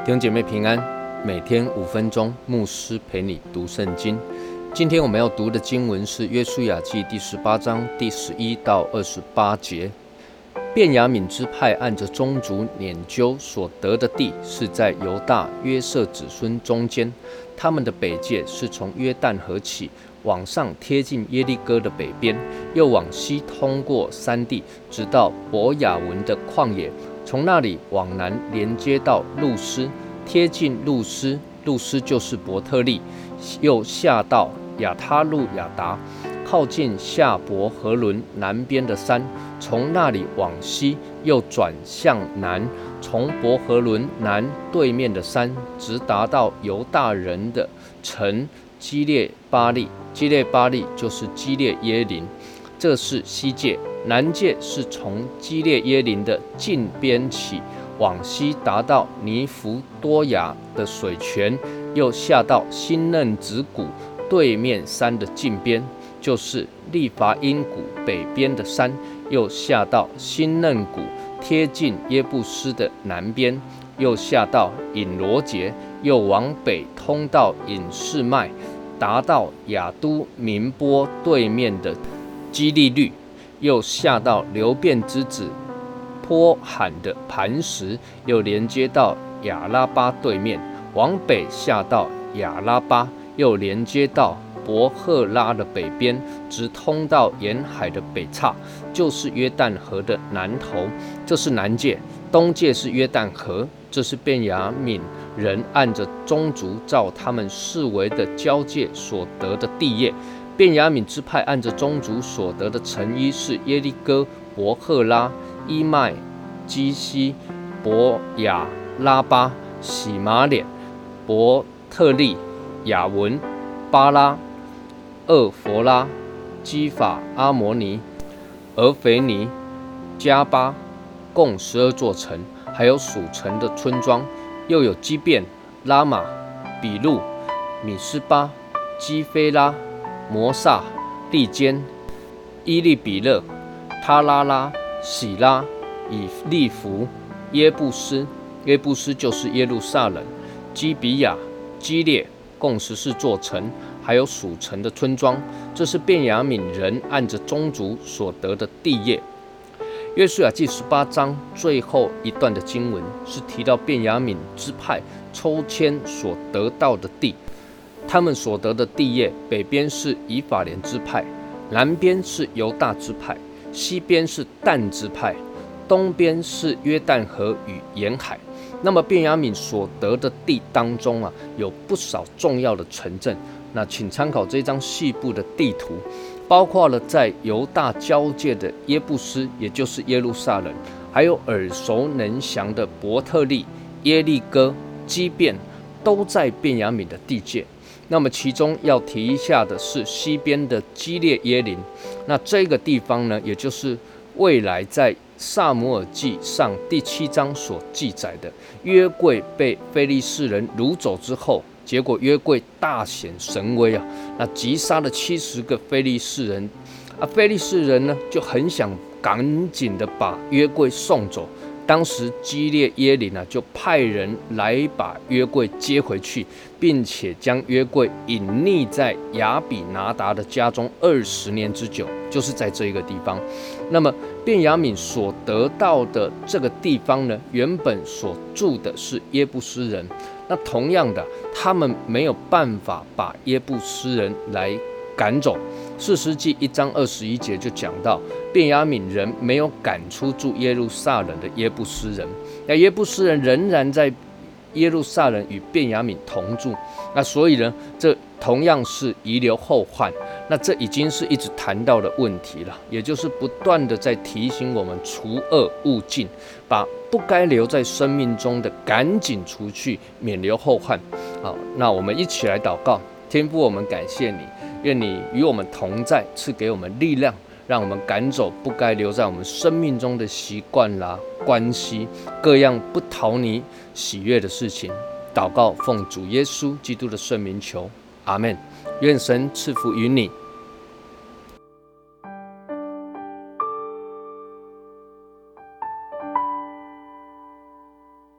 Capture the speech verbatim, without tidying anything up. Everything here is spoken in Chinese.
弟兄姐妹平安，每天五分钟，牧师陪你读圣经。今天我们要读的经文是约书亚记第十八章第十一到二十八节。便雅悯支派按着宗族拈阄所得的地，是在犹大约瑟子孙中间。他们的北界是从约旦河起，往上贴近耶利哥的北边，又往西通过山地，直到伯亚文的旷野。从那里往南连接到路斯，贴近路斯，路斯就是伯特利，又下到亚他路亚达，靠近下伯和伦南边的山。从那里往西，又转向南，从伯和伦南对面的山，直达到犹大人的城基列巴利。基列巴利就是基列耶琳，这是西界。南界是从基列耶琳的近边起，往西达到尼弗多雅的水泉，又下到新嫩子谷对面山的近边，就是利伐因谷北边的山，又下到新嫩谷贴近耶布斯的南边，又下到隐罗节，又往北通到隐示麦，达到亚都民波对面的基利律，又下到流便之子坡罕的磐石，又连接到亚拉巴对面，往北下到亚拉巴，又连接到伯赫拉的北边，直通到沿海的北岔，就是约旦河的南头，这是南界。东界是约旦河，这是便雅悯人按着宗族照他们视为的交界所得的地业。便雅悯支派按着宗族所得的城邑是耶利哥、伯赫拉、伊麦、基西、伯亚拉巴、喜马脸、伯特利、亚文、巴拉、厄弗拉、基法、阿摩尼、俄腓尼、加巴，共十二座城，还有属城的村庄，又有基遍、拉玛、比路、米斯巴、基菲拉、摩萨、利坚、伊利比勒、他拉拉、喜拉、以利弗、耶布斯，耶布斯就是耶路撒冷、基比亚、基列，共十四座城，还有属城的村庄。这是便雅悯人按着宗族所得的地业。约书亚记十八章最后一段的经文是提到便雅悯支派抽签所得到的地。他们所得的地业，北边是以法莲支派，南边是犹大支派，西边是但支派，东边是约旦河与沿海。那么便雅悯所得的地当中啊，有不少重要的城镇。那请参考这张细部的地图，包括了在犹大交界的耶布斯，也就是耶路撒冷，还有耳熟能详的伯特利、耶利哥、基遍，都在便雅悯的地界。那么其中要提一下的是西边的基列耶琳，那这个地方呢，也就是未来在撒母耳记上第七章所记载的，约柜被非利士人掳走之后，结果约柜大显神威啊，那击杀了七十个非利士人啊，非利士人呢就很想赶紧的把约柜送走。当时基列耶琳啊，就派人来把约柜接回去，并且将约柜隐匿在亚比拿达的家中二十年之久，就是在这一个地方。那么便雅悯所得到的这个地方呢，原本所住的是耶布斯人，那同样的，他们没有办法把耶布斯人来赶走。士师记一章二十一节就讲到，便雅悯人没有赶出住耶路撒冷的耶布斯人，那耶布斯人仍然在耶路撒冷与便雅悯同住，那所以呢，这同样是遗留后患。那这已经是一直谈到的问题了，也就是不断的在提醒我们除恶务尽，把不该留在生命中的赶紧除去，免留后患。好，那我们一起来祷告。天父，我们感谢你，愿你与我们同在，赐给我们力量，让我们赶走不该留在我们生命中的习惯啦、关系，各样不讨你喜悦的事情。祷告奉主耶稣基督的圣名求，阿们。愿神赐福于你。